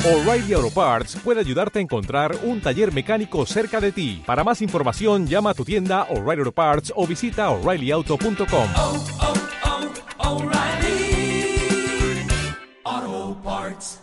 O'Reilly Auto Parts puede ayudarte a encontrar un taller mecánico cerca de ti. Para más información, llama a tu tienda O'Reilly Auto Parts o visita O'ReillyAuto.com. O'Reilly Auto Parts.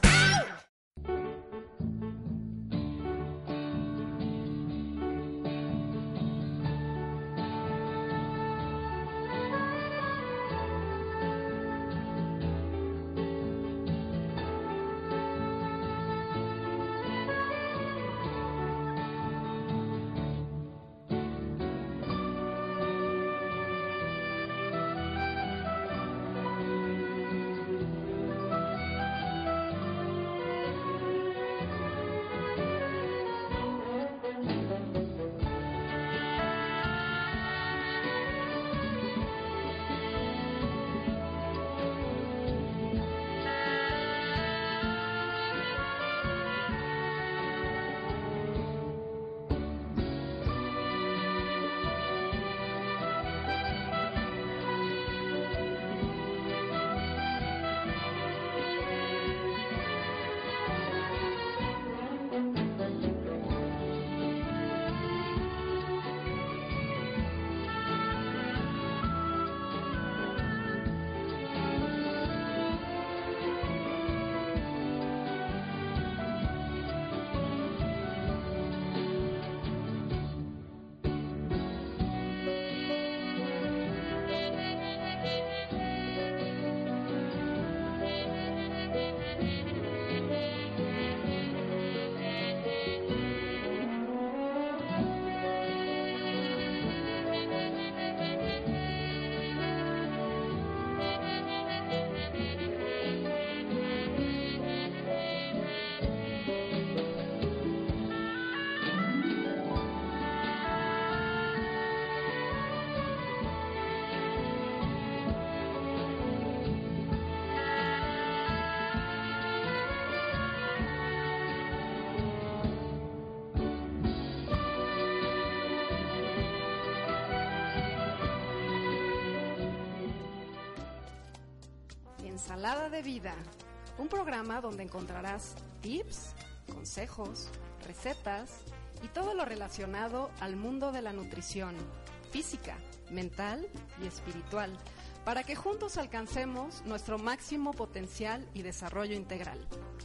Ensalada de Vida, un programa donde encontrarás tips, consejos, recetas y todo lo relacionado al mundo de la nutrición, física, mental y espiritual, para que juntos alcancemos nuestro máximo potencial y desarrollo integral.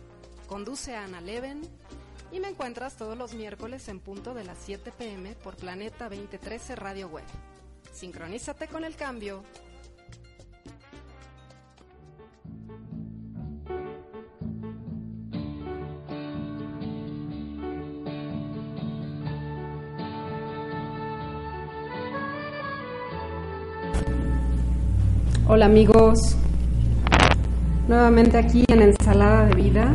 Conduce a Ana Leven y me encuentras todos los miércoles en punto de las 7 p.m. por Planeta 2013 Radio Web. Sincronízate con el cambio. Hola amigos, nuevamente aquí en Ensalada de Vida.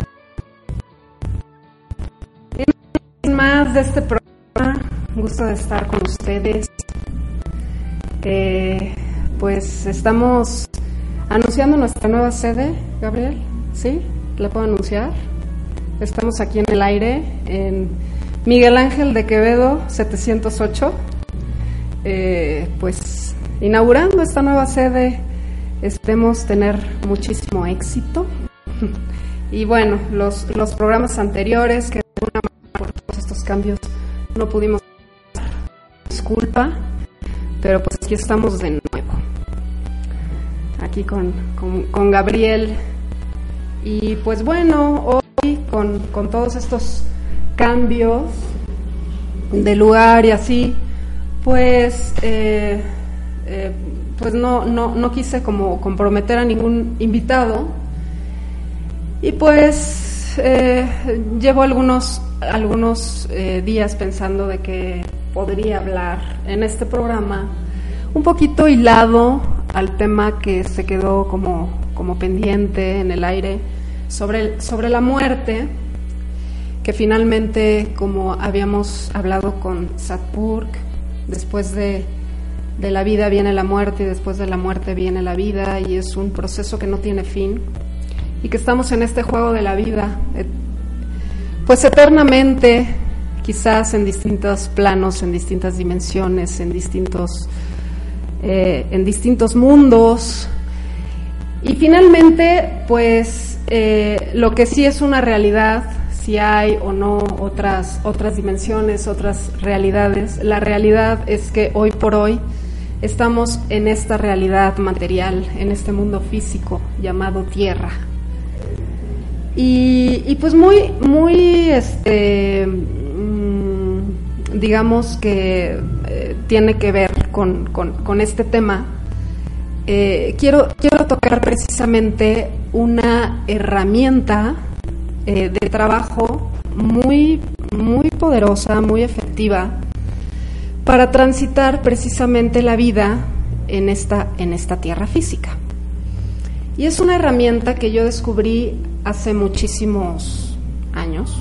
En más de este programa, un gusto de estar con ustedes. Pues estamos anunciando nuestra nueva sede, Gabriel, ¿sí? ¿La puedo anunciar? Estamos aquí en el aire, en Miguel Ángel de Quevedo 708, pues inaugurando esta nueva sede. Esperemos tener muchísimo éxito. Y bueno, los programas anteriores, que de alguna manera por todos estos cambios no pudimos, disculpa, pero pues aquí estamos de nuevo. Aquí con Gabriel. Y pues bueno, hoy con todos estos cambios de lugar y así, pues pues no quise como comprometer a ningún invitado y pues llevo algunos días pensando de que podría hablar en este programa un poquito hilado al tema que se quedó como pendiente en el aire sobre la muerte, que finalmente, como habíamos hablado con Satpurk, después de la vida viene la muerte y después de la muerte viene la vida, y es un proceso que no tiene fin y que estamos en este juego de la vida pues eternamente, quizás en distintos planos, en distintas dimensiones, en distintos mundos, Y finalmente, pues lo que sí es una realidad, si hay o no otras dimensiones, otras realidades, la realidad es que hoy por hoy estamos en esta realidad material, en este mundo físico llamado Tierra. Y pues muy digamos que tiene que ver con este tema. Quiero tocar precisamente una herramienta de trabajo muy poderosa, muy efectiva para transitar precisamente la vida en esta tierra física. Y es una herramienta que yo descubrí hace muchísimos años,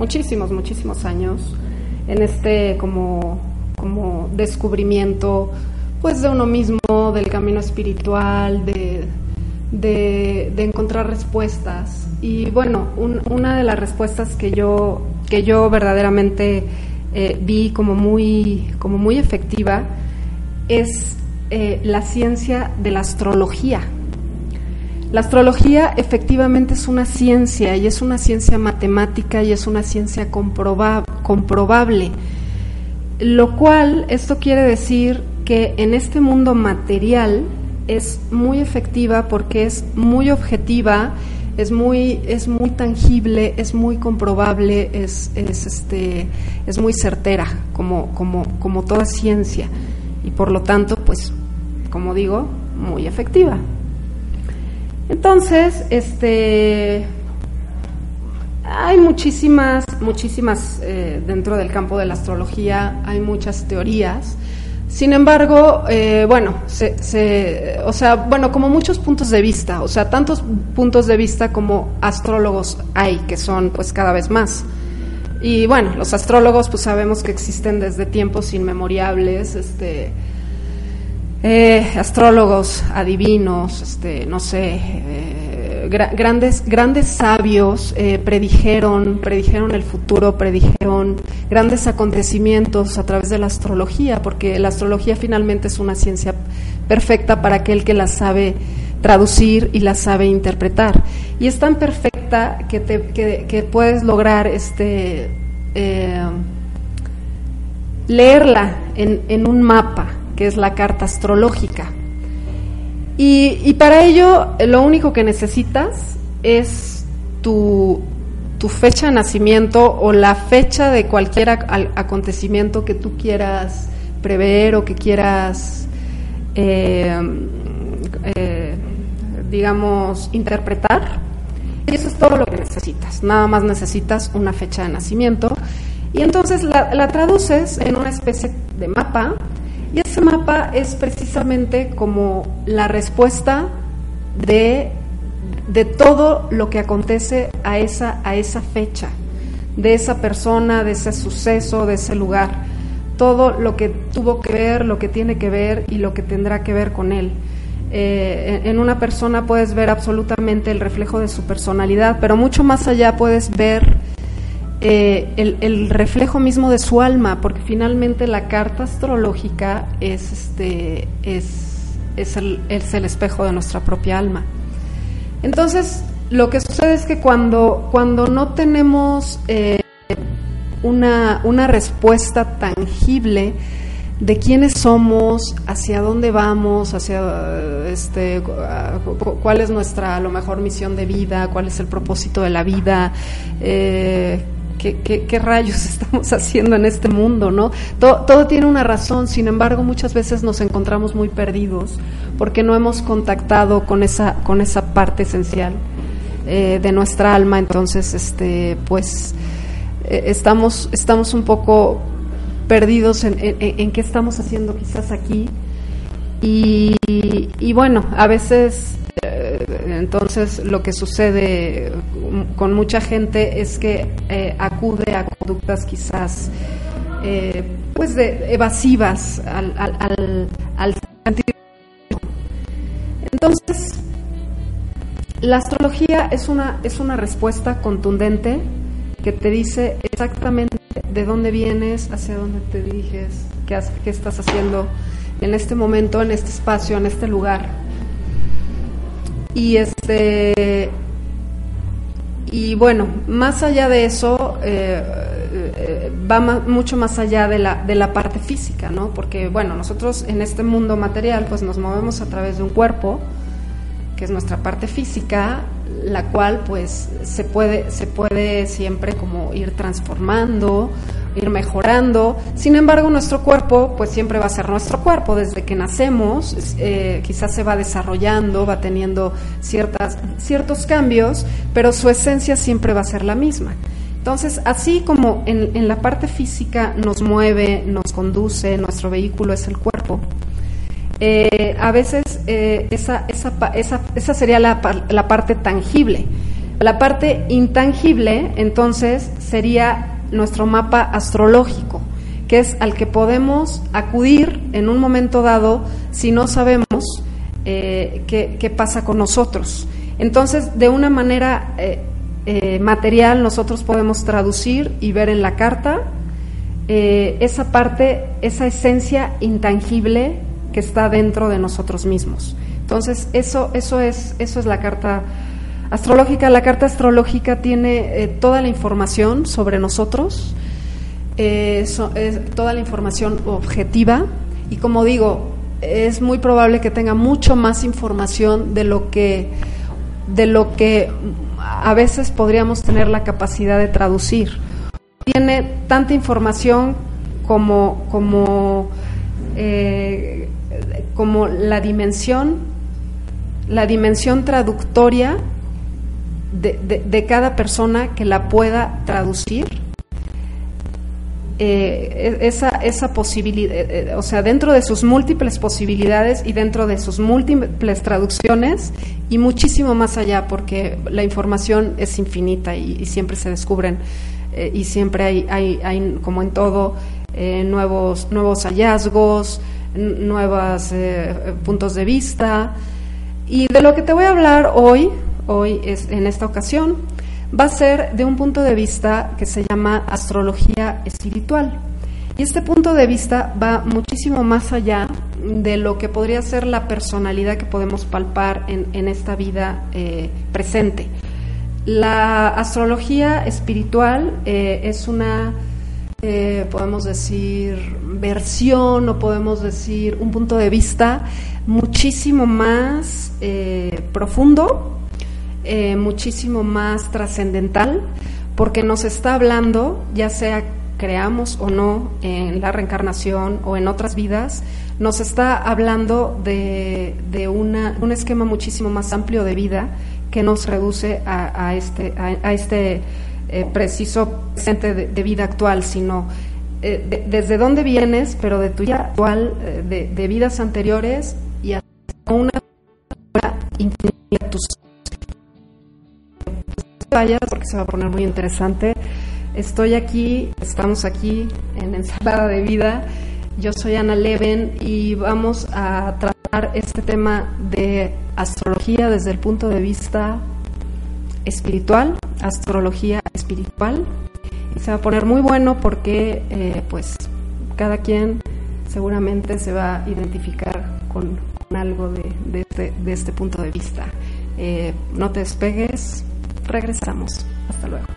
en este como descubrimiento pues de uno mismo, del camino espiritual, de encontrar respuestas. Y bueno, una de las respuestas que yo verdaderamente vi como muy efectiva es la ciencia de la astrología. La astrología efectivamente es una ciencia, y es una ciencia matemática, y es una ciencia comprobable, lo cual esto quiere decir que en este mundo material es muy efectiva porque es muy objetiva, es muy tangible, es muy comprobable, es muy certera, como toda ciencia, y por lo tanto, pues, como digo, muy efectiva. Entonces, hay muchísimas dentro del campo de la astrología, hay muchas teorías. Sin embargo, como muchos puntos de vista, o sea, tantos puntos de vista como astrólogos hay, que son pues cada vez más. Y bueno, los astrólogos pues sabemos que existen desde tiempos inmemoriales, astrólogos, adivinos, grandes sabios predijeron el futuro, predijeron grandes acontecimientos a través de la astrología, porque la astrología finalmente es una ciencia perfecta para aquel que la sabe traducir y la sabe interpretar. Y es tan perfecta que puedes lograr leerla en un mapa, que es la carta astrológica. Y para ello lo único que necesitas es tu fecha de nacimiento o la fecha de cualquier acontecimiento que tú quieras prever o que quieras digamos interpretar, y eso es todo lo que necesitas. Nada más necesitas una fecha de nacimiento, y entonces la traduces en una especie de mapa. Y ese mapa es precisamente como la respuesta de todo lo que acontece a esa fecha, de esa persona, de ese suceso, de ese lugar, todo lo que tuvo que ver, lo que tiene que ver y lo que tendrá que ver con él. En una persona puedes ver absolutamente el reflejo de su personalidad, pero mucho más allá puedes ver el reflejo mismo de su alma, porque finalmente la carta astrológica es el espejo de nuestra propia alma. Entonces, lo que sucede es que cuando no tenemos una respuesta tangible de quiénes somos, hacia dónde vamos, cuál es nuestra, a lo mejor, misión de vida, cuál es el propósito de la vida, ¿Qué rayos estamos haciendo en este mundo, ¿no? Todo tiene una razón. Sin embargo, muchas veces nos encontramos muy perdidos porque no hemos contactado con esa parte esencial de nuestra alma. Entonces, estamos un poco perdidos en qué estamos haciendo quizás aquí. Y bueno, a veces entonces lo que sucede con mucha gente es que acude a conductas quizás pues evasivas al sentido. Entonces, la astrología es una respuesta contundente que te dice exactamente de dónde vienes, hacia dónde te diriges, qué estás haciendo en este momento, en este espacio, en este lugar. Y bueno, más allá de eso, va mucho más allá de la parte física, ¿no? Porque, bueno, nosotros en este mundo material, pues nos movemos a través de un cuerpo, que es nuestra parte física, la cual, pues, se puede siempre como ir transformando, ir mejorando. Sin embargo, nuestro cuerpo, pues, siempre va a ser nuestro cuerpo. Desde que nacemos, quizás se va desarrollando, va teniendo ciertos cambios, pero su esencia siempre va a ser la misma. Entonces, así como en la parte física nos mueve, nos conduce, nuestro vehículo es el cuerpo, a veces esa sería la parte tangible. La parte intangible, entonces, sería nuestro mapa astrológico, que es al que podemos acudir en un momento dado si no sabemos qué pasa con nosotros. Entonces, de una manera material, nosotros podemos traducir y ver en la carta esa parte, esa esencia intangible que está dentro de nosotros mismos. Entonces, eso es la carta astrológica. La carta astrológica tiene toda la información sobre nosotros, toda la información objetiva, y como digo, es muy probable que tenga mucho más información de lo que a veces podríamos tener la capacidad de traducir. Tiene tanta información como la dimensión traductoria de cada persona que la pueda traducir. Esa posibilidad, o sea, dentro de sus múltiples posibilidades y dentro de sus múltiples traducciones, y muchísimo más allá, porque la información es infinita y siempre se descubren y siempre hay como en todo, nuevos hallazgos, nuevos puntos de vista. Y de lo que te voy a hablar hoy en esta ocasión, va a ser de un punto de vista que se llama astrología espiritual. Y este punto de vista va muchísimo más allá de lo que podría ser la personalidad que podemos palpar en esta vida presente. La astrología espiritual es una, podemos decir, versión, o podemos decir un punto de vista muchísimo más profundo, muchísimo más trascendental, porque nos está hablando, ya sea creamos o no en la reencarnación o en otras vidas, nos está hablando de un esquema muchísimo más amplio de vida, que nos reduce a este preciso presente de vida actual, sino desde dónde vienes, pero de tu vida actual, de vidas anteriores, y hasta una infinita tus vayas, porque se va a poner muy interesante. Estamos aquí en Ensalada de Vida. Yo soy Ana Leven y vamos a tratar este tema de astrología desde el punto de vista espiritual, astrología espiritual. Y se va a poner muy bueno porque pues cada quien seguramente se va a identificar con algo de este punto de vista. No te despegues, regresamos. Hasta luego.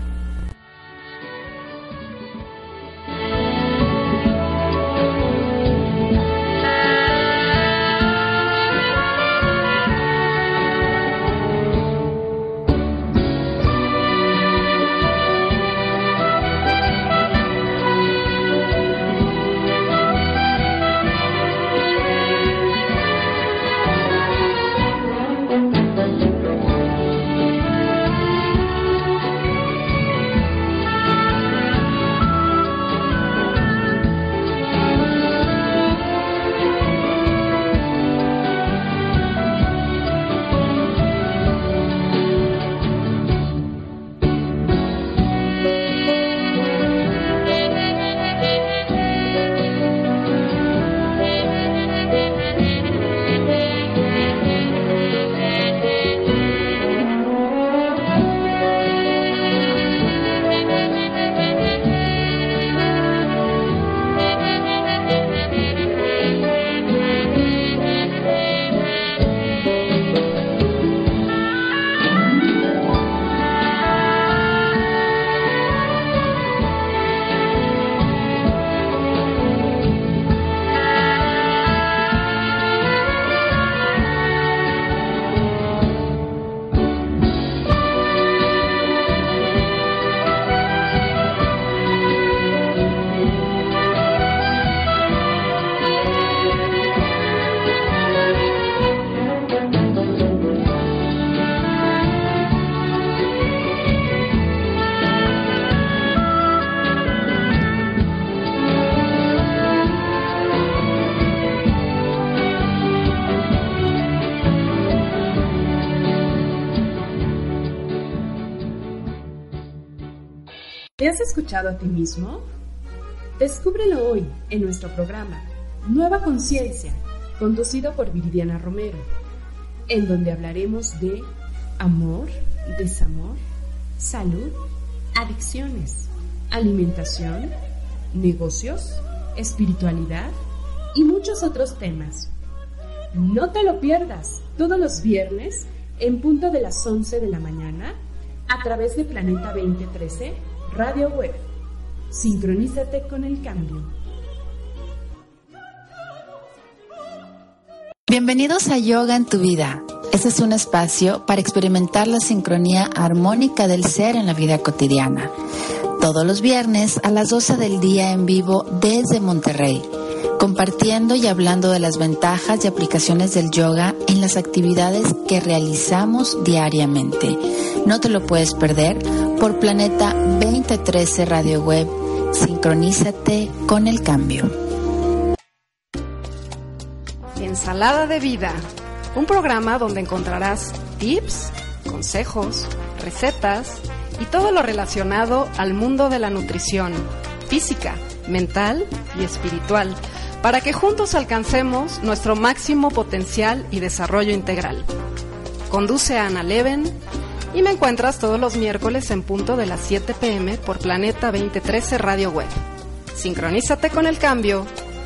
¿Te has escuchado a ti mismo? Descúbrelo hoy en nuestro programa Nueva Conciencia, conducido por Viridiana Romero, en donde hablaremos de amor, desamor, salud, adicciones, alimentación, negocios, espiritualidad y muchos otros temas. No te lo pierdas todos los viernes en punto de las 11 de la mañana a través de Planeta 2013 Radio Web. Sincronízate con el cambio. Bienvenidos a Yoga en tu vida. Este es un espacio para experimentar la sincronía armónica del ser en la vida cotidiana. Todos los viernes a las 12 del día en vivo desde Monterrey, compartiendo y hablando de las ventajas y aplicaciones del yoga en las actividades que realizamos diariamente. No te lo puedes perder por Planeta 2013 Radio Web. Sincronízate con el cambio. Ensalada de Vida, un programa donde encontrarás tips, consejos, recetas y todo lo relacionado al mundo de la nutrición, física, mental y espiritual, para que juntos alcancemos nuestro máximo potencial y desarrollo integral. Conduce a Ana Leven y me encuentras todos los miércoles en punto de las 7 p.m. por Planeta 2013 Radio Web. Sincronízate con el cambio.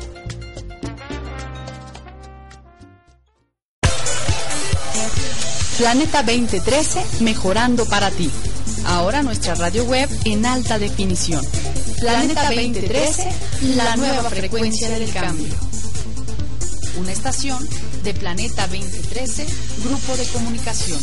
Planeta 2013, mejorando para ti. Ahora nuestra radio web en alta definición. Planeta 2013, la nueva frecuencia del cambio. Una estación de Planeta 2013, Grupo de Comunicación.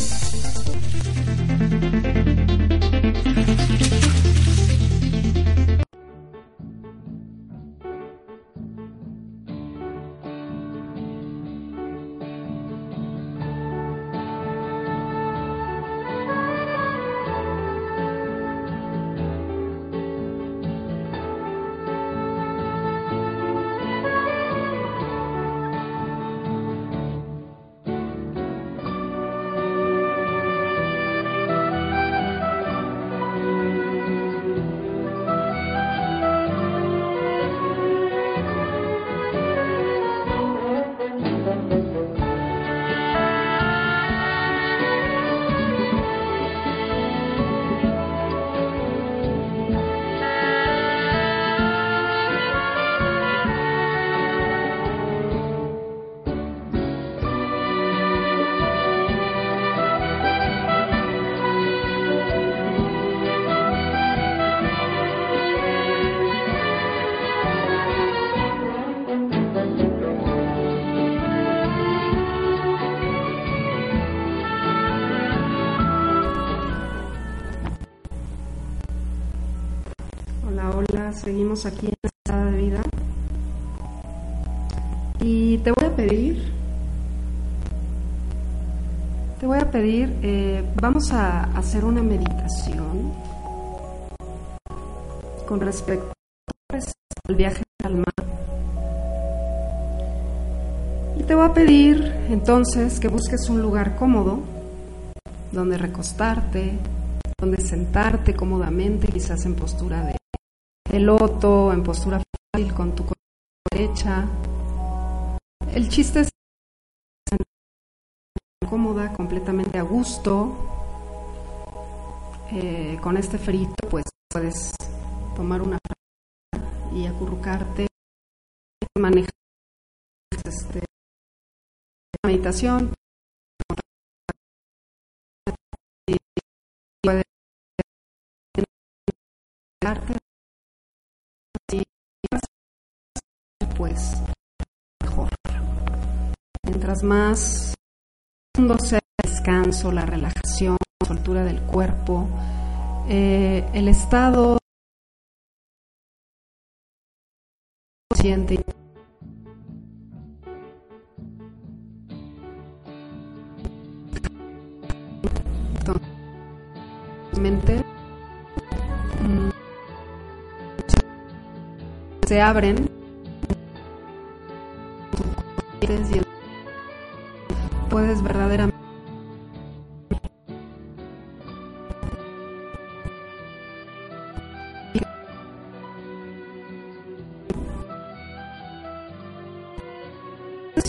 Seguimos aquí en Ensalada de Vida y te voy a pedir, vamos a hacer una meditación con respecto al viaje al mar. Y te voy a pedir entonces que busques un lugar cómodo donde recostarte, donde sentarte cómodamente, quizás en postura de loto, en postura fácil con tu columna derecha. El chiste es cómoda, completamente a gusto. Con este frito pues puedes tomar una y acurrucarte, manejar la meditación. Puedes pues mejor. Mientras más profundo sea el descanso, la relajación, la soltura del cuerpo, el estado consciente mente se abren y puedes verdaderamente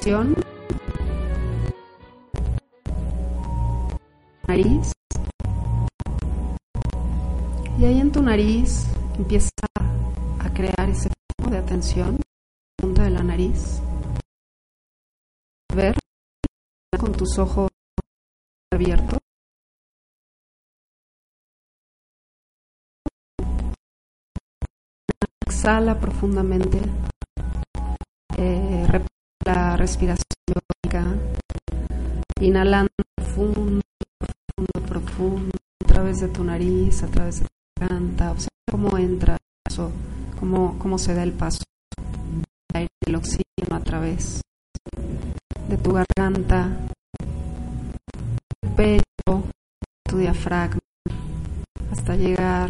respiración, nariz, y ahí en tu nariz empieza a crear ese foco de atención, punta de la nariz, ver con tus ojos abiertos. Exhala profundamente, la respiración yógica, inhalando profundo, a través de tu nariz, a través de tu garganta. Observa cómo entra eso, cómo se da el paso del aire y el oxígeno a través de tu garganta, tu pecho, tu diafragma, hasta llegar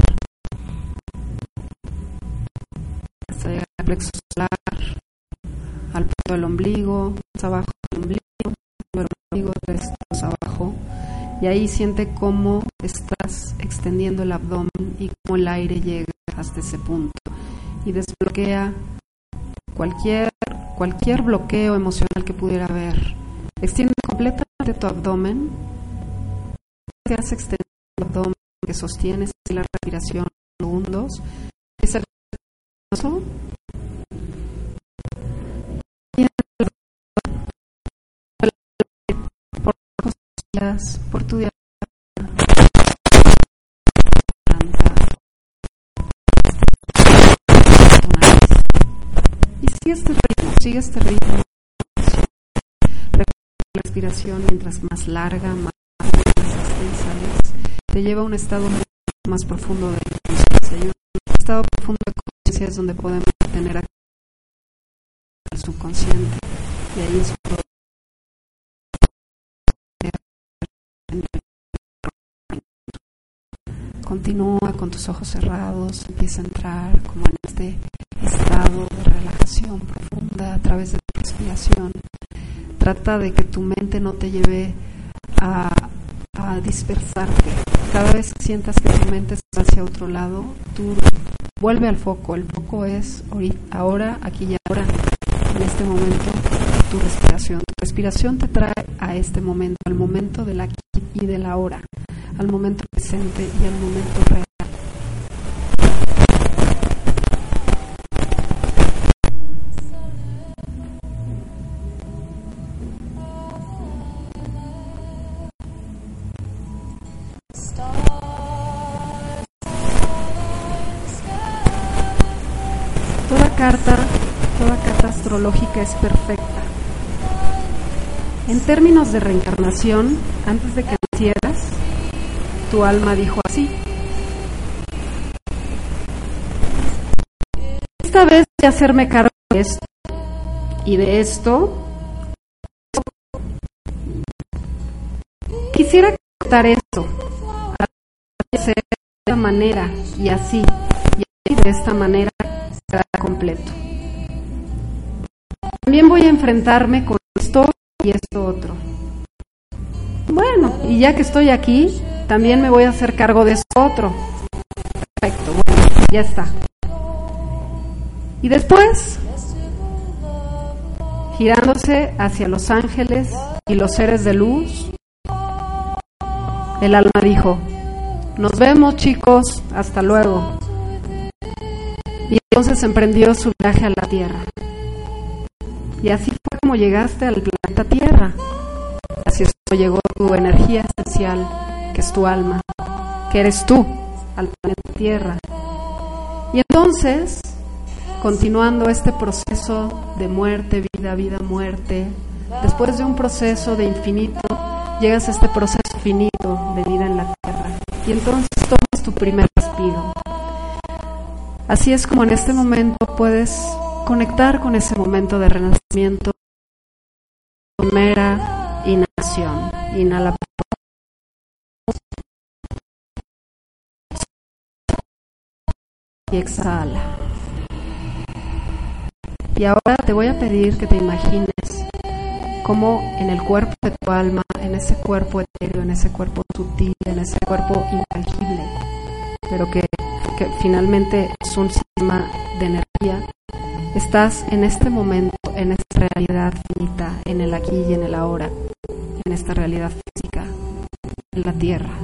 al plexo solar, al punto del ombligo, más abajo del ombligo, 3 dedos abajo, y ahí siente cómo estás extendiendo el abdomen y cómo el aire llega hasta ese punto y desbloquea cualquier bloqueo emocional que pudiera haber. Extiende completamente tu abdomen, te has extendido el abdomen que sostienes y la respiración segundos. Es el por tu diafragma y sigue este ritmo. La respiración, mientras más larga, más extensa es, te lleva a un estado mucho más profundo de conciencia. Y un estado profundo de conciencia es donde podemos tener acceso al subconsciente, y ahí es cuando continúa con tus ojos cerrados, empieza a entrar como en este estado de relajación profunda a través de tu respiración. Trata de que tu mente no te lleve a dispersarte. Cada vez que sientas que tu mente está hacia otro lado, tú vuelve al foco. El foco es ahora, aquí y ahora, en este momento, tu respiración. Tu respiración te trae a este momento, al momento del aquí y del ahora, al momento presente y al momento real. Toda carta astrológica es perfecta. En términos de reencarnación, antes de que nacieras, tu alma dijo así: esta vez de hacerme cargo de esto y de esto, quisiera contar esto, hacer de esta manera y así de esta manera queda completo. También voy a enfrentarme con esto y esto otro. Bueno, y ya que estoy aquí, también me voy a hacer cargo de esto otro. Perfecto, bueno, ya está. Y después, girándose hacia los ángeles y los seres de luz, el alma dijo: nos vemos, chicos, hasta luego. Y entonces emprendió su viaje a la Tierra. Y así fue como llegaste al planeta Tierra. Así es como llegó tu energía esencial, que es tu alma, que eres tú, al planeta Tierra. Y entonces, continuando este proceso de muerte, vida, vida, muerte, después de un proceso de infinito, llegas a este proceso finito de vida en la Tierra. Y entonces tomas tu primer respiro. Así es como en este momento puedes conectar con ese momento de renacimiento, primera inhalación. Inhala y exhala. Y ahora te voy a pedir que te imagines cómo en el cuerpo de tu alma, en ese cuerpo etéreo, en ese cuerpo sutil, en ese cuerpo intangible, pero que finalmente es un sistema de energía, estás en este momento en esta realidad finita, en el aquí y en el ahora, en esta realidad física, en la tierra.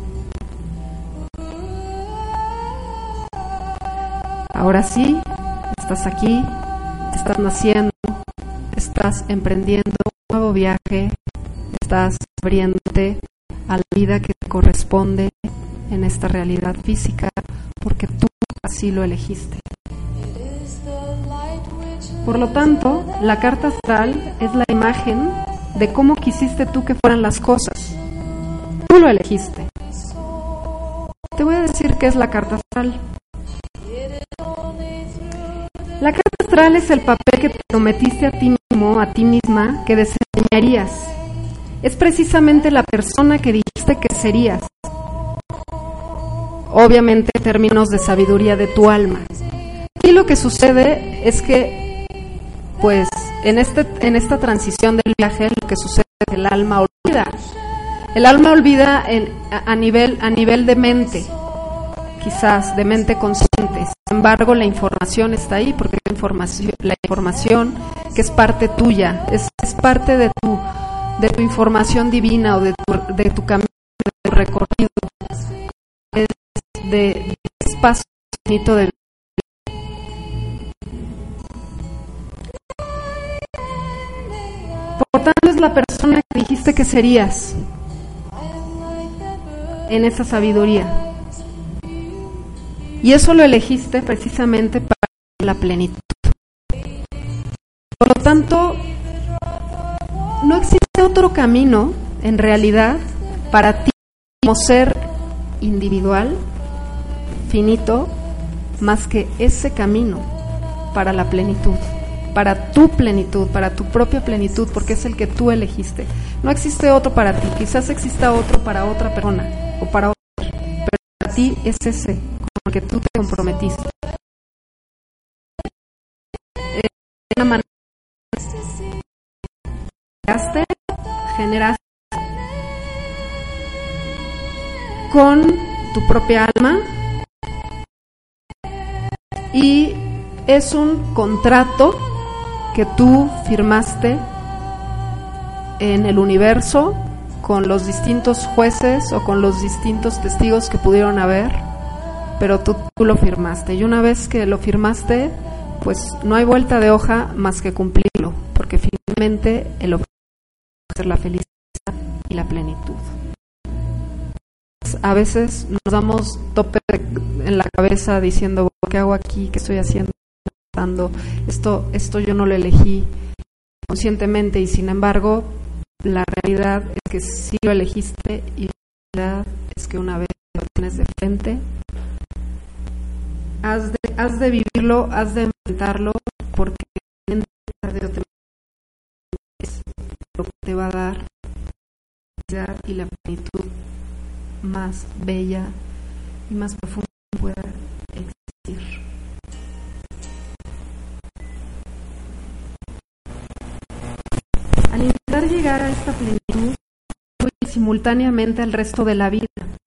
Ahora sí, estás aquí, estás naciendo, estás emprendiendo un nuevo viaje, estás abriéndote a la vida que te corresponde en esta realidad física, porque tú así lo elegiste. Por lo tanto, la carta astral es la imagen de cómo quisiste tú que fueran las cosas. Tú lo elegiste. Te voy a decir qué es la carta astral. La carta astral es el papel que te prometiste a ti mismo, a ti misma, que desempeñarías. Es precisamente la persona que dijiste que serías. Obviamente en términos de sabiduría de tu alma. Y lo que sucede es que, pues, en esta transición del viaje, lo que sucede es que el alma olvida. El alma olvida a nivel de mente, quizás de mente consciente. Sin embargo, la información está ahí, porque la información que es parte tuya, es parte de tu información divina o de tu camino, de tu recorrido, de espacio infinito de vida. Por tanto, es la persona que dijiste que serías en esa sabiduría. Y eso lo elegiste precisamente para la plenitud. Por lo tanto, no existe otro camino, en realidad, para ti como ser individual, finito, más que ese camino para la plenitud, para tu plenitud, para tu propia plenitud, porque es el que tú elegiste. No existe otro para ti, quizás exista otro para otra persona o para otra, pero para ti es ese con el que tú te comprometiste. De una manera generaste con tu propia alma, y es un contrato que tú firmaste en el universo con los distintos jueces o con los distintos testigos que pudieron haber, pero tú lo firmaste, y una vez que lo firmaste, pues no hay vuelta de hoja más que cumplirlo, porque finalmente el objetivo es ser la felicidad y la plenitud. A veces nos damos tope en la cabeza diciendo, ¿qué hago aquí? ¿Qué estoy haciendo? Esto yo no lo elegí conscientemente, y sin embargo la realidad es que sí lo elegiste, y la realidad es que una vez lo tienes de frente, has de vivirlo, has de enfrentarlo, porque tarde o temprano es lo que te va a dar la felicidad y la plenitud más bella y más profunda que pueda existir. Al intentar llegar a esta plenitud, voy simultáneamente al resto de la vida.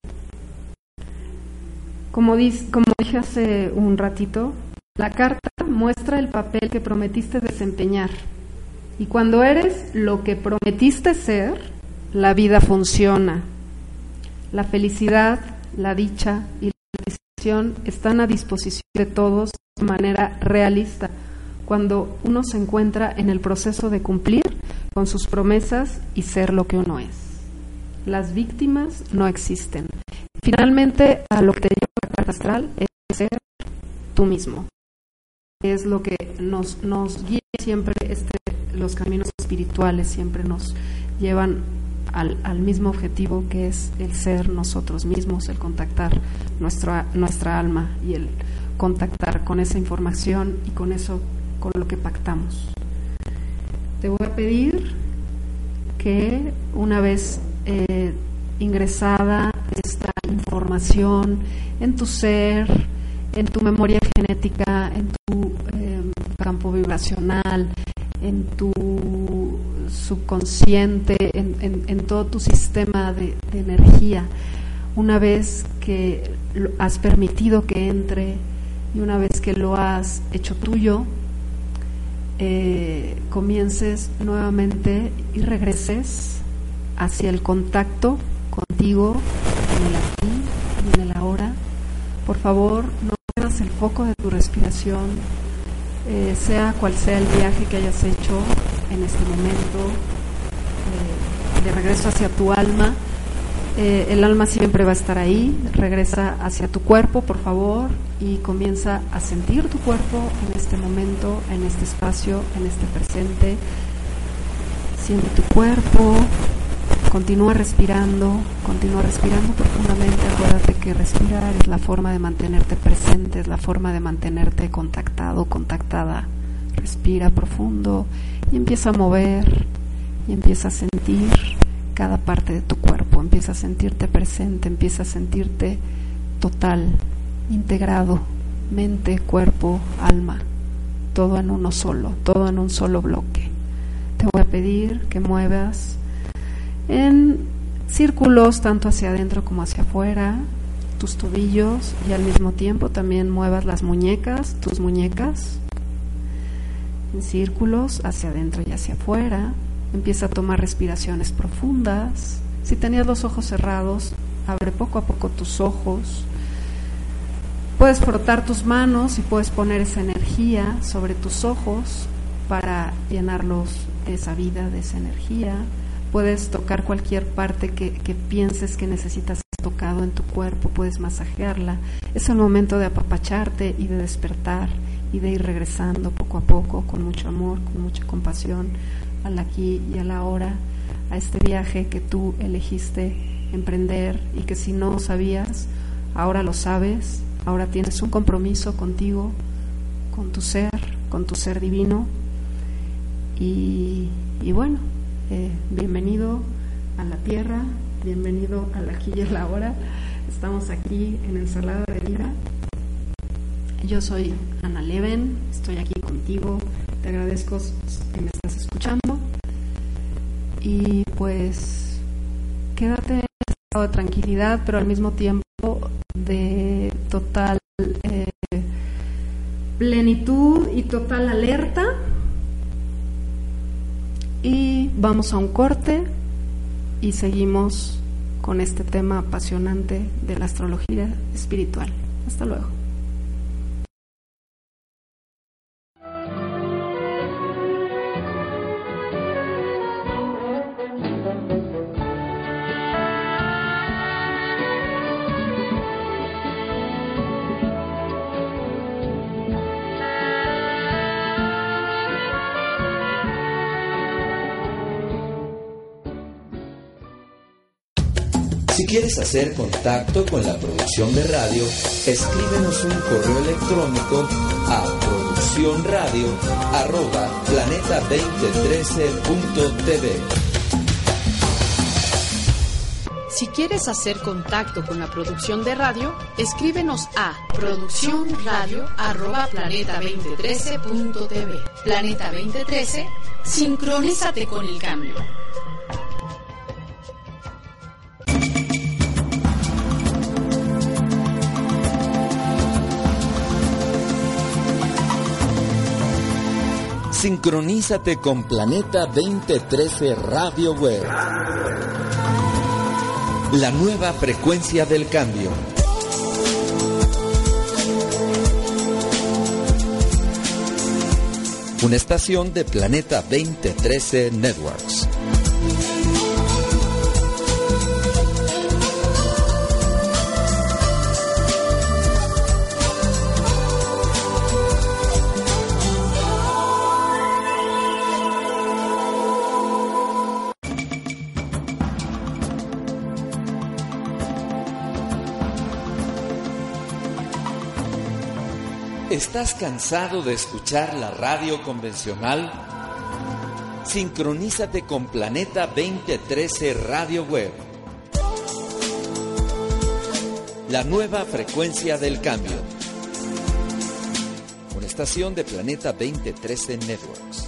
Como dije hace un ratito, la carta muestra el papel que prometiste desempeñar. Y cuando eres lo que prometiste ser, la vida funciona. La felicidad, la dicha y la satisfacción están a disposición de todos de manera realista, cuando uno se encuentra en el proceso de cumplir con sus promesas y ser lo que uno es. Las víctimas no existen. Finalmente, a lo que te lleva la carta astral es ser tú mismo. Es lo que nos guía siempre, los caminos espirituales siempre nos llevan al mismo objetivo, que es el ser nosotros mismos, el contactar nuestra alma y el contactar con esa información y con eso, con lo que pactamos. Te voy a pedir que una vez ingresada esta información en tu ser, en tu memoria genética, en tu campo vibracional, en tu subconsciente, en todo tu sistema de energía, una vez que has permitido que entre y una vez que lo has hecho tuyo, comiences nuevamente y regreses hacia el contacto contigo en el aquí y en el ahora. Por favor, no pierdas el foco de tu respiración, sea cual sea el viaje que hayas hecho en este momento, de regreso hacia tu alma. El alma siempre va a estar ahí. Regresa hacia tu cuerpo, por favor, y comienza a sentir tu cuerpo en este momento, en este espacio, en este presente. Siente tu cuerpo, continúa respirando profundamente. Acuérdate que respirar es la forma de mantenerte presente, es la forma de mantenerte contactado, contactada. Respira profundo y empieza a mover y empieza a sentir cada parte de tu cuerpo, empieza a sentirte presente, empieza a sentirte total, integrado, mente, cuerpo, alma, todo en uno solo, todo en un solo bloque. Te voy a pedir que muevas en círculos tanto hacia adentro como hacia afuera tus tobillos, y al mismo tiempo también muevas las muñecas, tus muñecas, en círculos hacia adentro y hacia afuera. Empieza a tomar respiraciones profundas. Si tenías los ojos cerrados, abre poco a poco tus ojos. Puedes frotar tus manos y puedes poner esa energía sobre tus ojos para llenarlos de esa vida, de esa energía. Puedes tocar cualquier parte que pienses que necesitas ser tocado en tu cuerpo, puedes masajearla. Es el momento de apapacharte y de despertar y de ir regresando poco a poco, con mucho amor, con mucha compasión, al aquí y a la ahora, a este viaje que tú elegiste emprender y que si no sabías, ahora lo sabes. Ahora tienes un compromiso contigo, con tu ser divino. Y bueno, bienvenido a la tierra, bienvenido al aquí y a la ahora. Estamos aquí en Ensalada de Vida. Yo soy Ana Leven, estoy aquí contigo. Te agradezco que me estás escuchando y pues quédate en este estado de tranquilidad, pero al mismo tiempo de total plenitud y total alerta. Y vamos a un corte y seguimos con este tema apasionante de la astrología espiritual. Hasta luego. Si quieres hacer contacto con la producción de radio, escríbenos un correo electrónico a produccionradio@planeta2013.tv. Si quieres hacer contacto con la producción de radio, escríbenos a produccionradio@planeta2013.tv. Planeta 2013, sincronízate con el cambio. Sincronízate con Planeta 2013 Radio Web. La nueva frecuencia del cambio. Una estación de Planeta 2013 Networks. ¿Estás cansado de escuchar la radio convencional? Sincronízate con Planeta 2013 Radio Web. La nueva frecuencia del cambio. Una estación de Planeta 2013 Networks.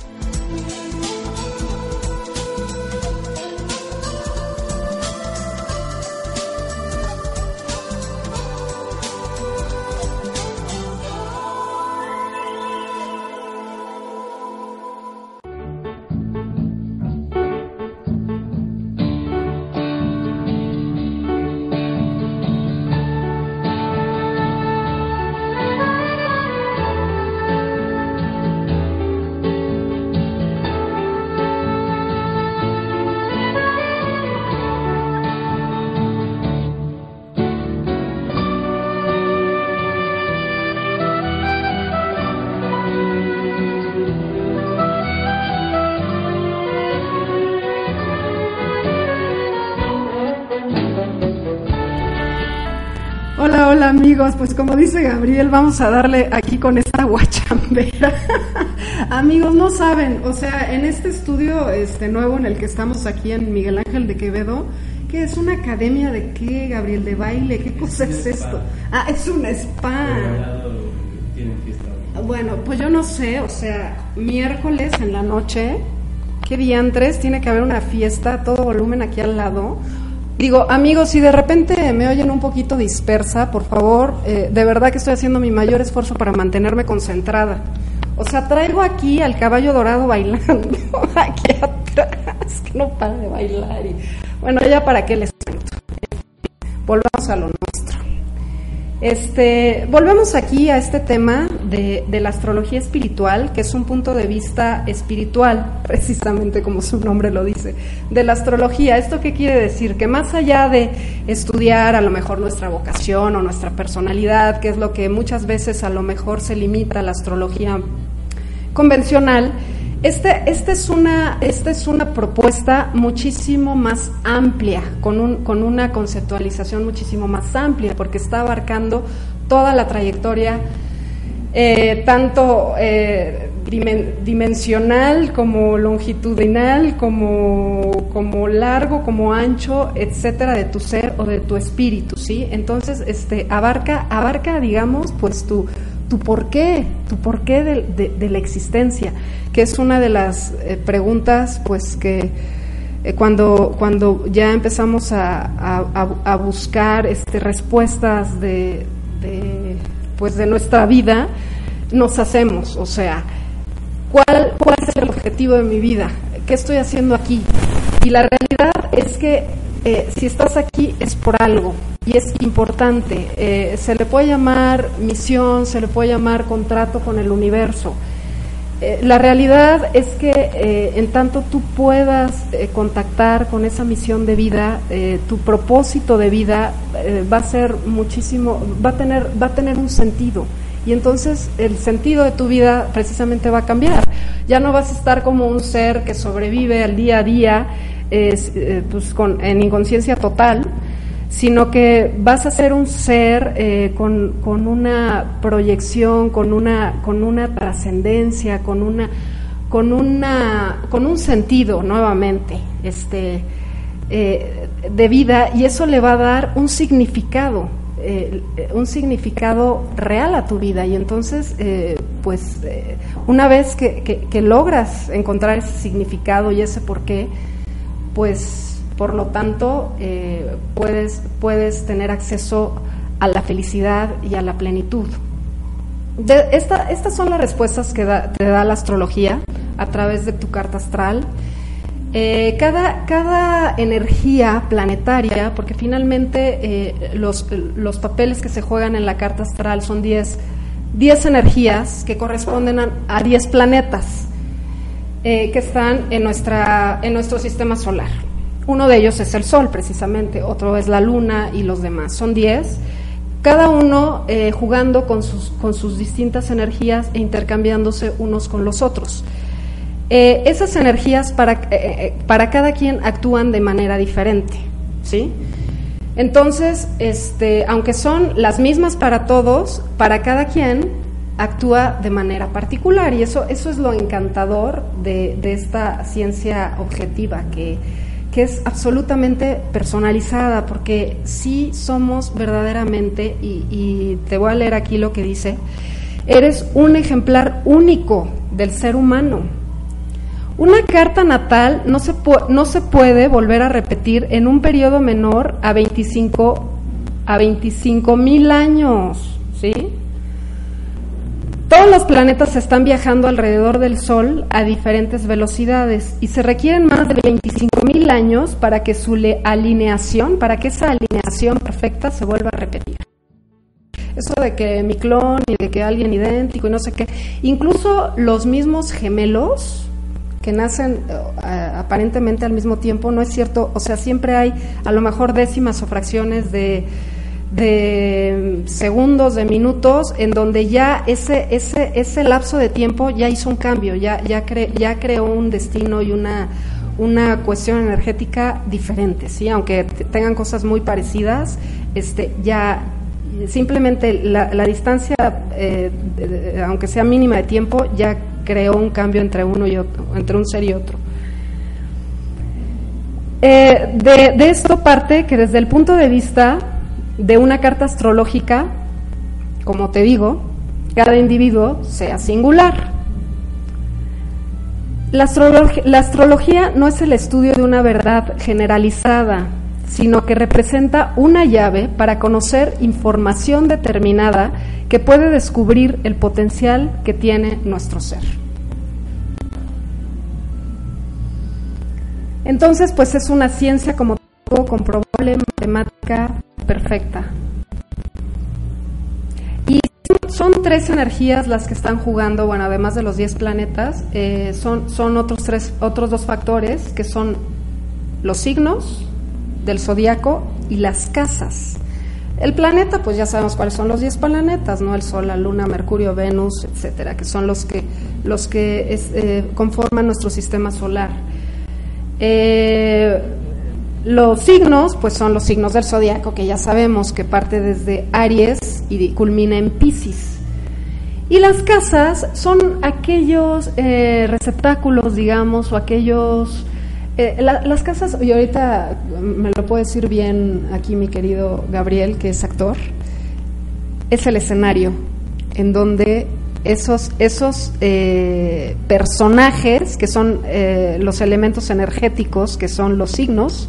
Hola amigos, pues como dice Gabriel, vamos a darle aquí con esta guachambera. Amigos, no saben, o sea, en este estudio nuevo en el que estamos aquí en Miguel Ángel de Quevedo, ¿qué es una academia de qué, Gabriel? ¿De baile? ¿Qué cosa es esto? Ah, es un spa. Tienen fiesta. Bueno, pues yo no sé, o sea, miércoles en la noche, ¿qué diantres? Tiene que haber una fiesta a todo volumen aquí al lado. Digo, amigos, si de repente me oyen un poquito dispersa, por favor, de verdad que estoy haciendo mi mayor esfuerzo para mantenerme concentrada. O sea, traigo aquí al caballo dorado bailando, aquí atrás, que no para de bailar. Y bueno, ya para qué les cuento. Volvamos a lo nuestro. Volvemos aquí a este tema de la astrología espiritual, que es un punto de vista espiritual, precisamente como su nombre lo dice, de la astrología. ¿Esto qué quiere decir? Que más allá de estudiar a lo mejor nuestra vocación o nuestra personalidad, que es lo que muchas veces a lo mejor se limita a la astrología convencional, esta es una propuesta muchísimo más amplia, con una conceptualización muchísimo más amplia, porque está abarcando toda la trayectoria, tanto dimensional como longitudinal, como largo, como ancho, etcétera, de tu ser o de tu espíritu, ¿sí? Entonces, abarca, digamos, pues tu porqué de la existencia, que es una de las preguntas, pues, que cuando ya empezamos a buscar respuestas de nuestra vida, nos hacemos, o sea, ¿cuál es el objetivo de mi vida? ¿Qué estoy haciendo aquí? Y la realidad es que si estás aquí es por algo, y es importante. Se le puede llamar misión, se le puede llamar contrato con el universo. La realidad es que en tanto tú puedas contactar con esa misión de vida, tu propósito de vida va a ser muchísimo, va a tener un sentido, y entonces el sentido de tu vida precisamente va a cambiar. Ya no vas a estar como un ser que sobrevive al día a día, en inconsciencia total, sino que vas a ser un ser con una proyección, con una trascendencia, con un sentido nuevamente de vida, y eso le va a dar un significado real a tu vida. Y entonces una vez que logras encontrar ese significado y ese porqué, pues por lo tanto puedes tener acceso a la felicidad y a la plenitud. Estas son las respuestas que te da la astrología a través de tu carta astral. Cada energía planetaria, porque finalmente los papeles que se juegan en la carta astral son 10 energías que corresponden a 10 planetas que están en nuestro sistema solar. Uno de ellos es el Sol, precisamente, otro es la Luna y los demás. Son 10, cada uno jugando con sus distintas energías e intercambiándose unos con los otros. Esas energías para cada quien actúan de manera diferente, ¿sí? Entonces, aunque son las mismas para todos, para cada quien actúa de manera particular, y eso es lo encantador de esta ciencia objetiva, que es absolutamente personalizada, porque sí somos verdaderamente, y te voy a leer aquí lo que dice: eres un ejemplar único del ser humano. Una carta natal no se puede volver a repetir en un periodo menor a 25,000 años, ¿sí? Todos los planetas están viajando alrededor del Sol a diferentes velocidades, y se requieren más de 25,000 años para que esa alineación perfecta se vuelva a repetir. Eso de que mi clon y de que alguien idéntico y no sé qué, incluso los mismos gemelos que nacen aparentemente al mismo tiempo, no es cierto. O sea, siempre hay a lo mejor décimas o fracciones de segundos, de minutos, en donde ya ese lapso de tiempo ya hizo un cambio, ya creó un destino y una cuestión energética diferente, ¿sí? Aunque tengan cosas muy parecidas, ya simplemente la distancia, aunque sea mínima de tiempo, ya creó un cambio entre uno y otro, entre un ser y otro. De esto parte que desde el punto de vista de una carta astrológica, como te digo, cada individuo sea singular. La astrología no es el estudio de una verdad generalizada, sino que representa una llave para conocer información determinada que puede descubrir el potencial que tiene nuestro ser. Entonces, pues es una ciencia, como todo, comprobable, matemática perfecta. Y son 3 energías las que están jugando, bueno, además de los 10 planetas, son otros 2 factores, que son los signos del zodiaco y las casas. El planeta, pues ya sabemos cuáles son los 10 planetas, ¿no? El Sol, la Luna, Mercurio, Venus, etcétera, que son los que conforman nuestro sistema solar. Los signos, pues son los signos del zodiaco, que ya sabemos que parte desde Aries y culmina en Piscis. Y las casas son aquellos receptáculos, digamos, o aquellos... las casas, y ahorita me lo puede decir bien aquí mi querido Gabriel, que es actor, es el escenario en donde esos personajes, que son los elementos energéticos, que son los signos,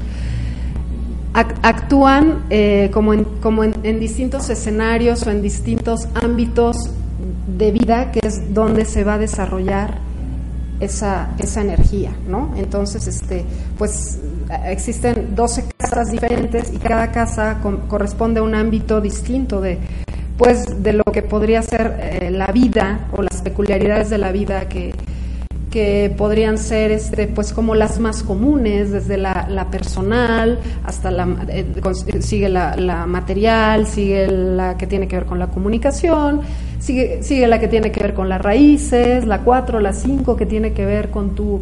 actúan como en distintos escenarios o en distintos ámbitos de vida, que es donde se va a desarrollar esa energía, ¿no? Entonces, pues existen 12 casas diferentes y cada casa corresponde a un ámbito distinto de lo que podría ser la vida o las peculiaridades de la vida que podrían ser pues como las más comunes, desde la personal hasta sigue la material, sigue la que tiene que ver con la comunicación, sigue la que tiene que ver con las raíces, la 4, la 5 que tiene que ver con tu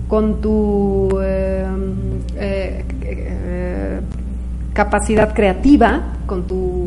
capacidad creativa, con tu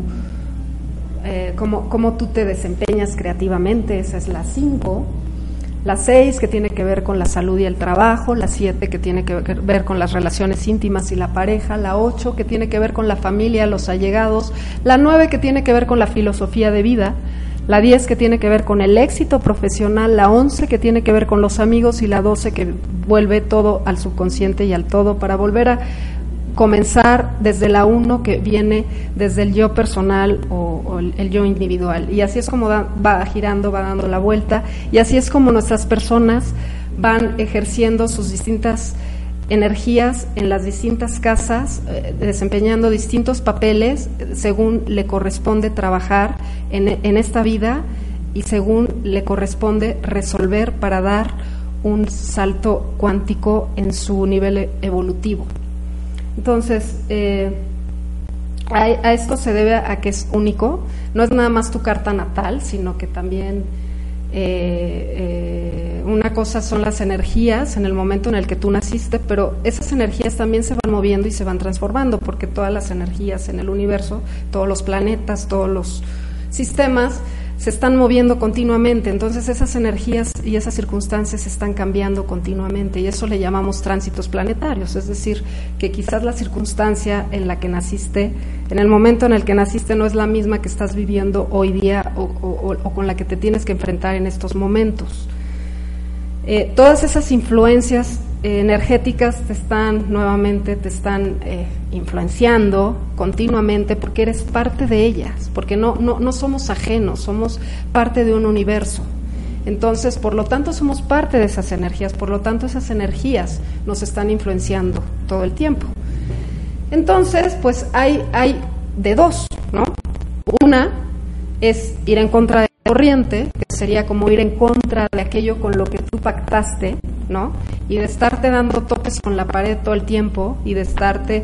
cómo tú te desempeñas creativamente, esa es la 5. La 6 que tiene que ver con la salud y el trabajo, la 7 que tiene que ver con las relaciones íntimas y la pareja, la 8 que tiene que ver con la familia, los allegados, la 9 que tiene que ver con la filosofía de vida, la 10 que tiene que ver con el éxito profesional, la 11 que tiene que ver con los amigos y la 12 que vuelve todo al subconsciente y al todo para volver a comenzar desde la 1 que viene desde el yo personal o el yo individual. Y así es como va girando, va dando la vuelta, y así es como nuestras personas van ejerciendo sus distintas energías en las distintas casas, desempeñando distintos papeles según le corresponde trabajar en esta vida y según le corresponde resolver para dar un salto cuántico en su nivel evolutivo. Entonces, a esto se debe a que es único, no es nada más tu carta natal, sino que también una cosa son las energías en el momento en el que tú naciste, pero esas energías también se van moviendo y se van transformando, porque todas las energías en el universo, todos los planetas, todos los sistemas se están moviendo continuamente, entonces esas energías y esas circunstancias están cambiando continuamente y eso le llamamos tránsitos planetarios, es decir, que quizás la circunstancia en la que naciste, en el momento en el que naciste no es la misma que estás viviendo hoy día o con la que te tienes que enfrentar en estos momentos. Todas esas influencias energéticas te están influenciando continuamente porque eres parte de ellas, porque no somos ajenos, somos parte de un universo. Entonces, por lo tanto, somos parte de esas energías, por lo tanto, esas energías nos están influenciando todo el tiempo. Entonces, pues hay de dos, ¿no? Una es ir en contra de la corriente, que sería como ir en contra de aquello con lo que tú pactaste, ¿no? Y de estarte dando topes con la pared todo el tiempo y de estarte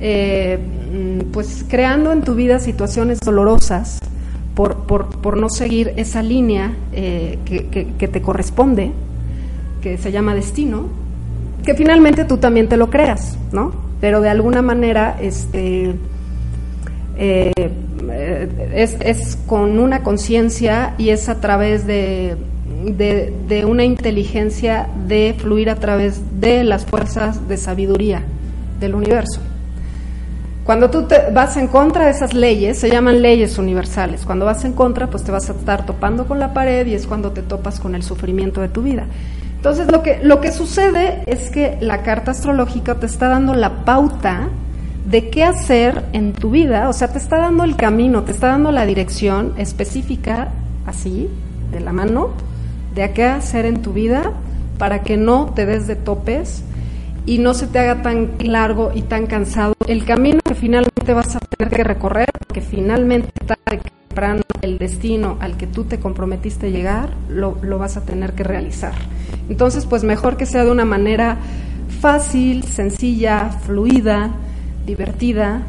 pues creando en tu vida situaciones dolorosas por no seguir esa línea que te corresponde, que se llama destino, que finalmente tú también te lo creas, ¿no? Pero de alguna manera es con una conciencia y es a través de una inteligencia de fluir a través de las fuerzas de sabiduría del universo. Cuando tú te vas en contra de esas leyes, se llaman leyes universales. Cuando vas en contra, pues te vas a estar topando con la pared y es cuando te topas con el sufrimiento de tu vida. Entonces, lo que sucede es que la carta astrológica te está dando la pauta de qué hacer en tu vida, o sea, te está dando el camino, te está dando la dirección específica, así, de la mano, de a qué hacer en tu vida para que no te des de topes y no se te haga tan largo y tan cansado el camino que finalmente vas a tener que recorrer, porque finalmente tarde que temprano el destino al que tú te comprometiste a llegar lo vas a tener que realizar. Entonces, pues mejor que sea de una manera fácil, sencilla, fluida, divertida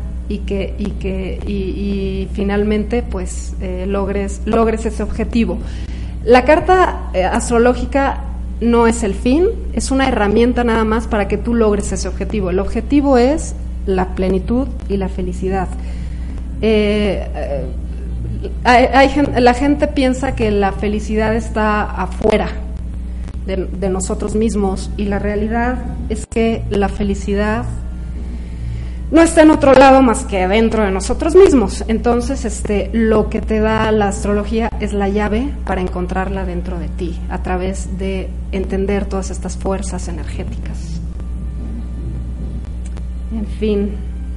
y finalmente pues logres ese objetivo. La carta astrológica no es el fin, es una herramienta nada más para que tú logres ese objetivo. El objetivo es la plenitud y la felicidad. La gente piensa que la felicidad está afuera de nosotros mismos y la realidad es que la felicidad no está en otro lado más que dentro de nosotros mismos. Entonces, lo que te da la astrología es la llave para encontrarla dentro de ti, a través de entender todas estas fuerzas energéticas. En fin.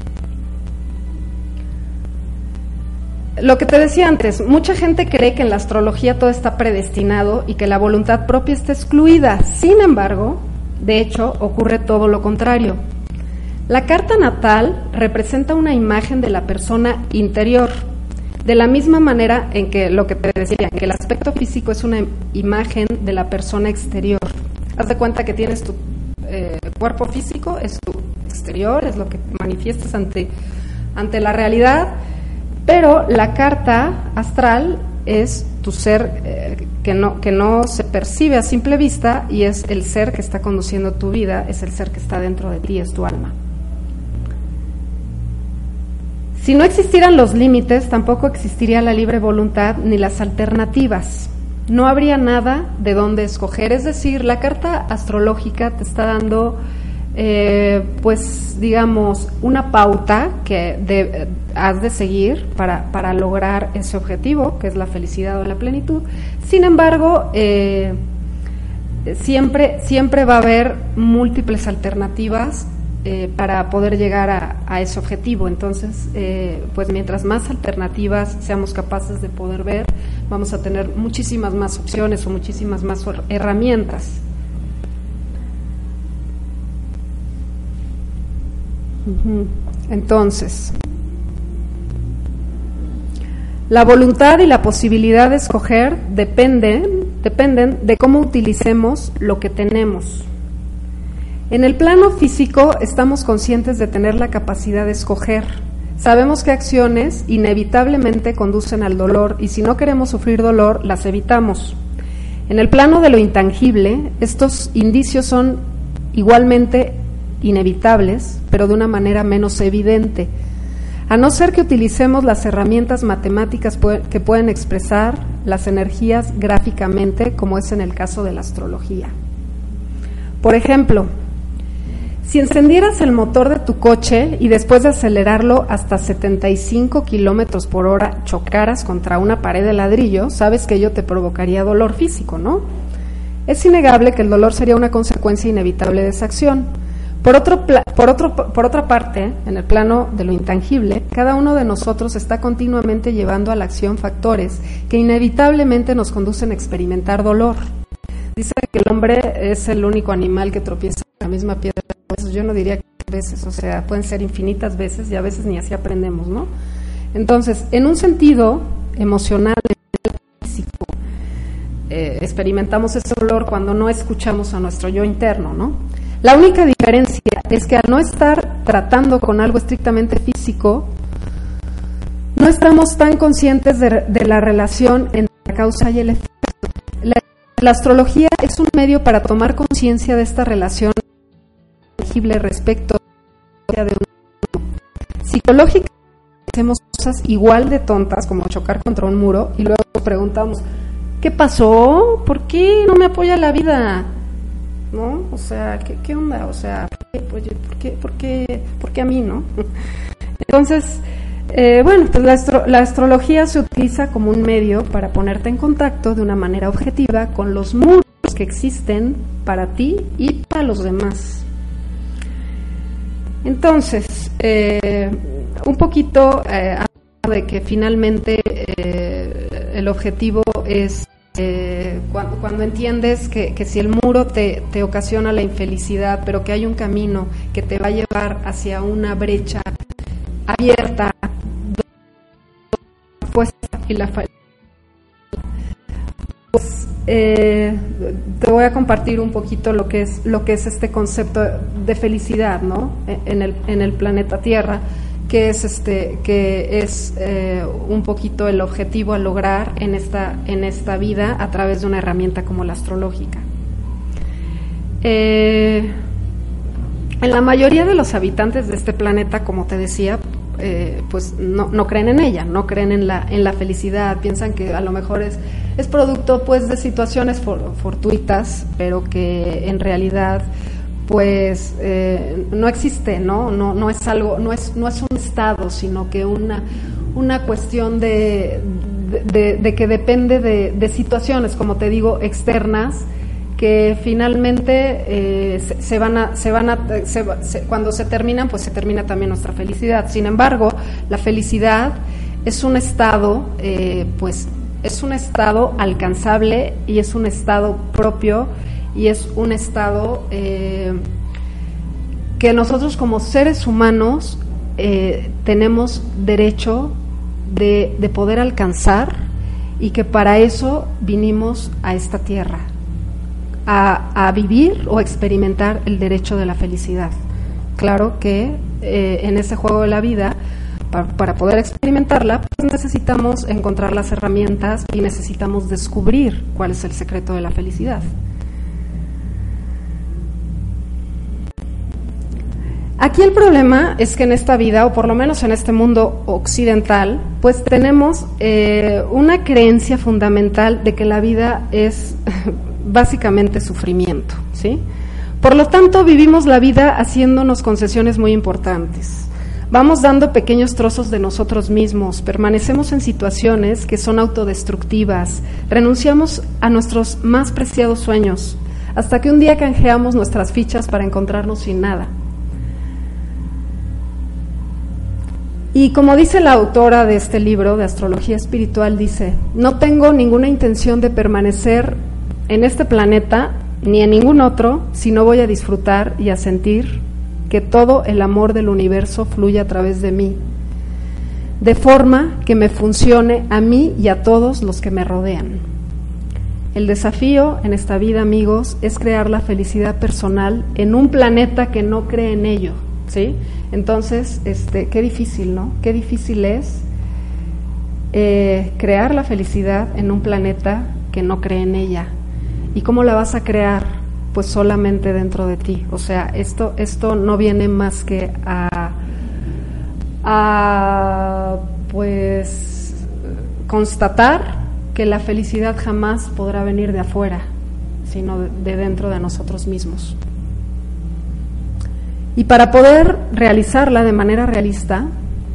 Lo que te decía antes, mucha gente cree que en la astrología todo está predestinado y que la voluntad propia está excluida. Sin embargo, de hecho, ocurre todo lo contrario. La carta natal representa una imagen de la persona interior, de la misma manera en que lo que te decía, que el aspecto físico es una imagen de la persona exterior. Haz de cuenta que tienes tu cuerpo físico, es tu exterior, es lo que manifiestas ante la realidad, pero la carta astral es tu ser que no se percibe a simple vista y es el ser que está conduciendo tu vida, es el ser que está dentro de ti, es tu alma. Si no existieran los límites, tampoco existiría la libre voluntad ni las alternativas. No habría nada de dónde escoger. Es decir, la carta astrológica te está dando, pues, digamos, una pauta que has de seguir para lograr ese objetivo, que es la felicidad o la plenitud. Sin embargo, siempre va a haber múltiples alternativas para poder llegar a ese objetivo. Entonces, pues mientras más alternativas seamos capaces de poder ver, vamos a tener muchísimas más opciones o muchísimas más herramientas. Entonces, la voluntad y la posibilidad de escoger dependen de cómo utilicemos lo que tenemos. En el plano físico estamos conscientes de tener la capacidad de escoger. Sabemos qué acciones inevitablemente conducen al dolor y si no queremos sufrir dolor, las evitamos. En el plano de lo intangible, estos indicios son igualmente inevitables, pero de una manera menos evidente, a no ser que utilicemos las herramientas matemáticas que pueden expresar las energías gráficamente, como es en el caso de la astrología. Por ejemplo, si encendieras el motor de tu coche y después de acelerarlo hasta 75 kilómetros por hora chocaras contra una pared de ladrillo, sabes que ello te provocaría dolor físico, ¿no? Es innegable que el dolor sería una consecuencia inevitable de esa acción. Por otra parte, en el plano de lo intangible, cada uno de nosotros está continuamente llevando a la acción factores que inevitablemente nos conducen a experimentar dolor. Dice que el hombre es el único animal que tropieza en la misma piedra. Yo no diría que veces, o sea, pueden ser infinitas veces y a veces ni así aprendemos, ¿no? Entonces, en un sentido emocional, físico, experimentamos ese dolor cuando no escuchamos a nuestro yo interno, ¿no? La única diferencia es que al no estar tratando con algo estrictamente físico, no estamos tan conscientes de la relación entre la causa y el efecto. La astrología es un medio para tomar conciencia de esta relación tangible respecto de uno. Psicológicamente, hacemos cosas igual de tontas como chocar contra un muro y luego preguntamos, ¿qué pasó? ¿Por qué no me apoya la vida? ¿No? O sea, ¿qué onda? O sea, ¿por qué a mí, no? Entonces, bueno, pues la astrología se utiliza como un medio para ponerte en contacto de una manera objetiva con los muros que existen para ti y para los demás. Entonces, un poquito de que finalmente el objetivo es cuando entiendes que si el muro te ocasiona la infelicidad, pero que hay un camino que te va a llevar hacia una brecha abierta, y la pues te voy a compartir un poquito lo que es este concepto de felicidad, ¿no? En el planeta Tierra, que es un poquito el objetivo a lograr en esta vida a través de una herramienta como la astrológica. En la mayoría de los habitantes de este planeta, como te decía, pues no creen en ella, no creen en la felicidad, piensan que a lo mejor es producto pues de situaciones fortuitas, pero que en realidad pues no existe, no es algo, no es un estado, sino que una cuestión de que depende de situaciones, como te digo, externas, que finalmente cuando se terminan, pues se termina también nuestra felicidad. Sin embargo, la felicidad es un estado, pues es un estado alcanzable y es un estado propio y es un estado que nosotros como seres humanos tenemos derecho de poder alcanzar, y que para eso vinimos a esta tierra, a vivir o experimentar el derecho de la felicidad. Claro que en ese juego de la vida, para poder experimentarla, pues necesitamos encontrar las herramientas y necesitamos descubrir cuál es el secreto de la felicidad. Aquí el problema es que en esta vida, o por lo menos en este mundo occidental, pues tenemos una creencia fundamental de que la vida es básicamente sufrimiento, ¿sí? Por lo tanto, vivimos la vida haciéndonos concesiones muy importantes. Vamos dando pequeños trozos de nosotros mismos, permanecemos en situaciones que son autodestructivas, renunciamos a nuestros más preciados sueños, hasta que un día canjeamos nuestras fichas para encontrarnos sin nada. Y como dice la autora de este libro de Astrología Espiritual, dice: no tengo ninguna intención de permanecer en este planeta ni en ningún otro si no voy a disfrutar y a sentir que todo el amor del universo fluye a través de mí, de forma que me funcione a mí y a todos los que me rodean. El desafío en esta vida, amigos, es crear la felicidad personal en un planeta que no cree en ello, ¿sí? Entonces, qué difícil, ¿no? Qué difícil es crear la felicidad en un planeta que no cree en ella. ¿Y cómo la vas a crear? Pues solamente dentro de ti. O sea, esto no viene más que a pues constatar que la felicidad jamás podrá venir de afuera, sino de dentro de nosotros mismos. Y para poder realizarla de manera realista,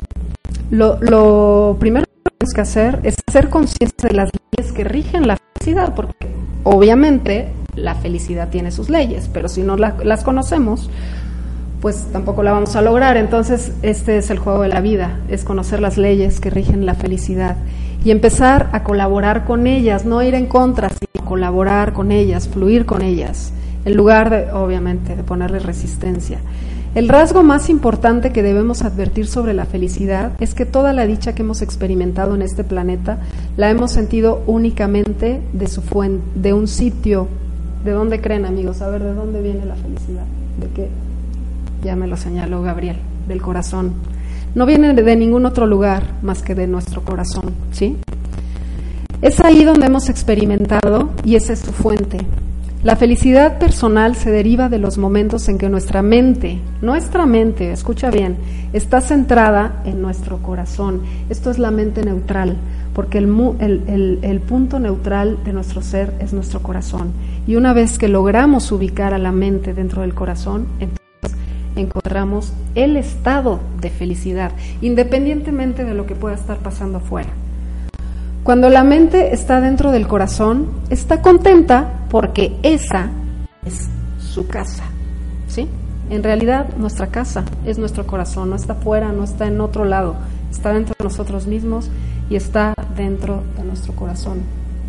lo primero que tenemos que hacer es ser conscientes de las leyes que rigen la felicidad, porque obviamente la felicidad tiene sus leyes, pero si no las conocemos, pues tampoco la vamos a lograr. Entonces este es el juego de la vida, es conocer las leyes que rigen la felicidad y empezar a colaborar con ellas, no ir en contra, sino colaborar con ellas, fluir con ellas, en lugar de, obviamente, de ponerle resistencia. El rasgo más importante que debemos advertir sobre la felicidad es que toda la dicha que hemos experimentado en este planeta la hemos sentido únicamente de su fuente, de un sitio. ¿De dónde creen, amigos? A ver, ¿de dónde viene la felicidad? ¿De qué? Ya me lo señaló Gabriel, del corazón. No viene de ningún otro lugar más que de nuestro corazón, ¿sí? Es ahí donde hemos experimentado y esa es su fuente. La felicidad personal se deriva de los momentos en que nuestra mente, escucha bien, está centrada en nuestro corazón. Esto es la mente neutral, porque el punto neutral de nuestro ser es nuestro corazón. Y una vez que logramos ubicar a la mente dentro del corazón, entonces encontramos el estado de felicidad, independientemente de lo que pueda estar pasando afuera. Cuando la mente está dentro del corazón, está contenta porque esa es su casa, ¿sí? En realidad, nuestra casa es nuestro corazón, no está afuera, no está en otro lado, está dentro de nosotros mismos y está dentro de nuestro corazón.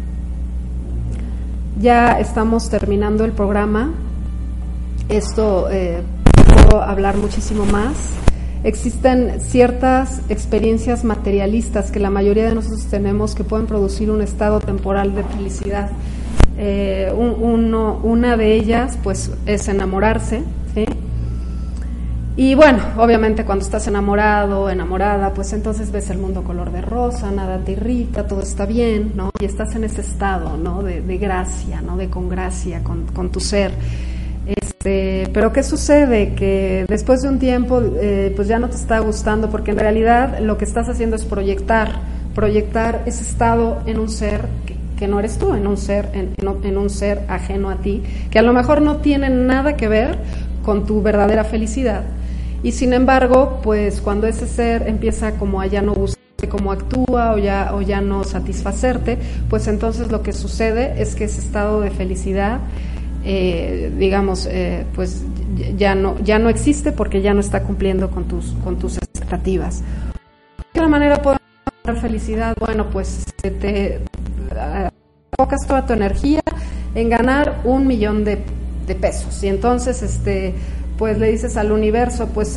Ya estamos terminando el programa. Esto puedo hablar muchísimo más. Existen ciertas experiencias materialistas que la mayoría de nosotros tenemos que pueden producir un estado temporal de felicidad. Una de ellas pues es enamorarse, ¿sí? Y bueno, obviamente cuando estás enamorado, enamorada, pues entonces ves el mundo color de rosa, nada te irrita, todo está bien, ¿no? Y estás en ese estado, ¿no? De gracia, ¿no? De congracia con tu ser. Pero ¿qué sucede? Que después de un tiempo pues ya no te está gustando, porque en realidad lo que estás haciendo es proyectar ese estado en un ser que no eres tú, en un ser ajeno a ti, que a lo mejor no tiene nada que ver con tu verdadera felicidad. Y sin embargo, pues cuando ese ser empieza como a ya no gustarte cómo actúa o ya no satisfacerte, pues entonces lo que sucede es que ese estado de felicidad pues ya no existe, porque ya no está cumpliendo con tus expectativas. ¿De qué manera podemos tener felicidad? Bueno, pues te enfocas toda tu energía en ganar 1 millón de pesos, y entonces pues le dices al universo, pues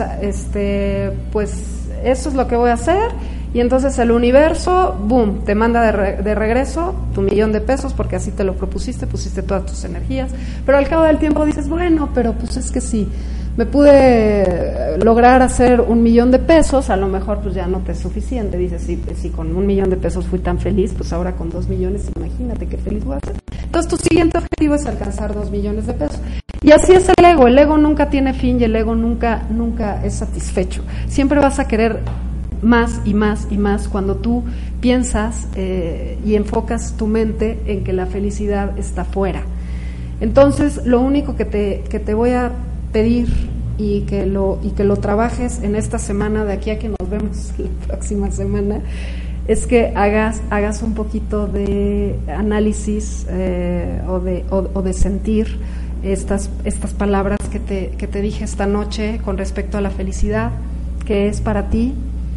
eso es lo que voy a hacer. Y entonces el universo, boom, te manda de regreso tu 1 millón de pesos, porque así te lo propusiste, pusiste todas tus energías. Pero al cabo del tiempo dices, bueno, pero pues es que sí, me pude lograr hacer 1 millón de pesos, a lo mejor pues ya no te es suficiente. Dices, sí, pues, si con 1 millón de pesos fui tan feliz, pues ahora con 2 millones, imagínate qué feliz voy a ser. Entonces tu siguiente objetivo es alcanzar 2 millones de pesos. Y así es el ego nunca tiene fin, y el ego nunca es satisfecho. Siempre vas a querer más y más y más cuando tú piensas y enfocas tu mente en que la felicidad está fuera. Entonces, lo único que te voy a pedir y que lo trabajes en esta semana, de aquí a que nos vemos la próxima semana, es que hagas un poquito de análisis o de sentir estas palabras que te dije esta noche con respecto a la felicidad, que es para ti.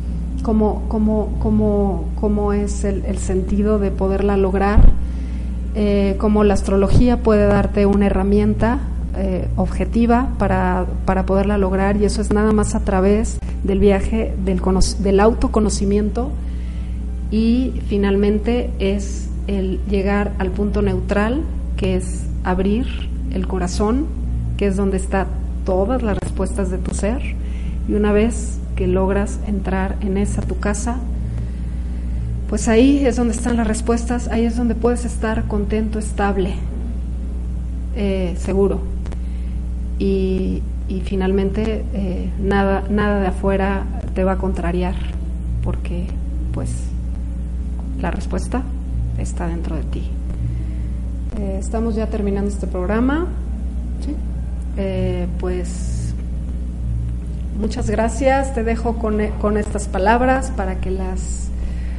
Cómo es el sentido de poderla lograr, cómo la astrología puede darte una herramienta objetiva para poderla lograr, y eso es nada más a través del viaje del autoconocimiento, y finalmente es el llegar al punto neutral, que es abrir el corazón, que es donde están todas las respuestas de tu ser. Y una vez que logras entrar en tu casa, pues ahí es donde están las respuestas, ahí es donde puedes estar contento, estable, seguro. Y finalmente nada de afuera te va a contrariar, porque pues la respuesta está dentro de ti. Estamos ya terminando este programa, ¿sí? Pues muchas gracias. Te dejo con estas palabras para que las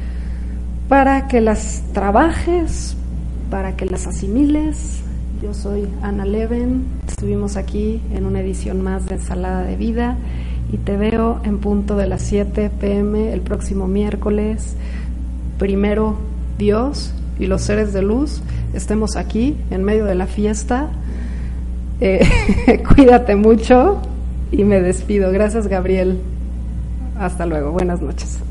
trabajes, para que las asimiles. Yo soy Ana Leven, estuvimos aquí en una edición más de Ensalada de Vida, y te veo en punto de las 7 p.m. el próximo miércoles. Primero Dios y los seres de luz estemos aquí en medio de la fiesta. Cuídate mucho. Y me despido. Gracias, Gabriel. Hasta luego. Buenas noches.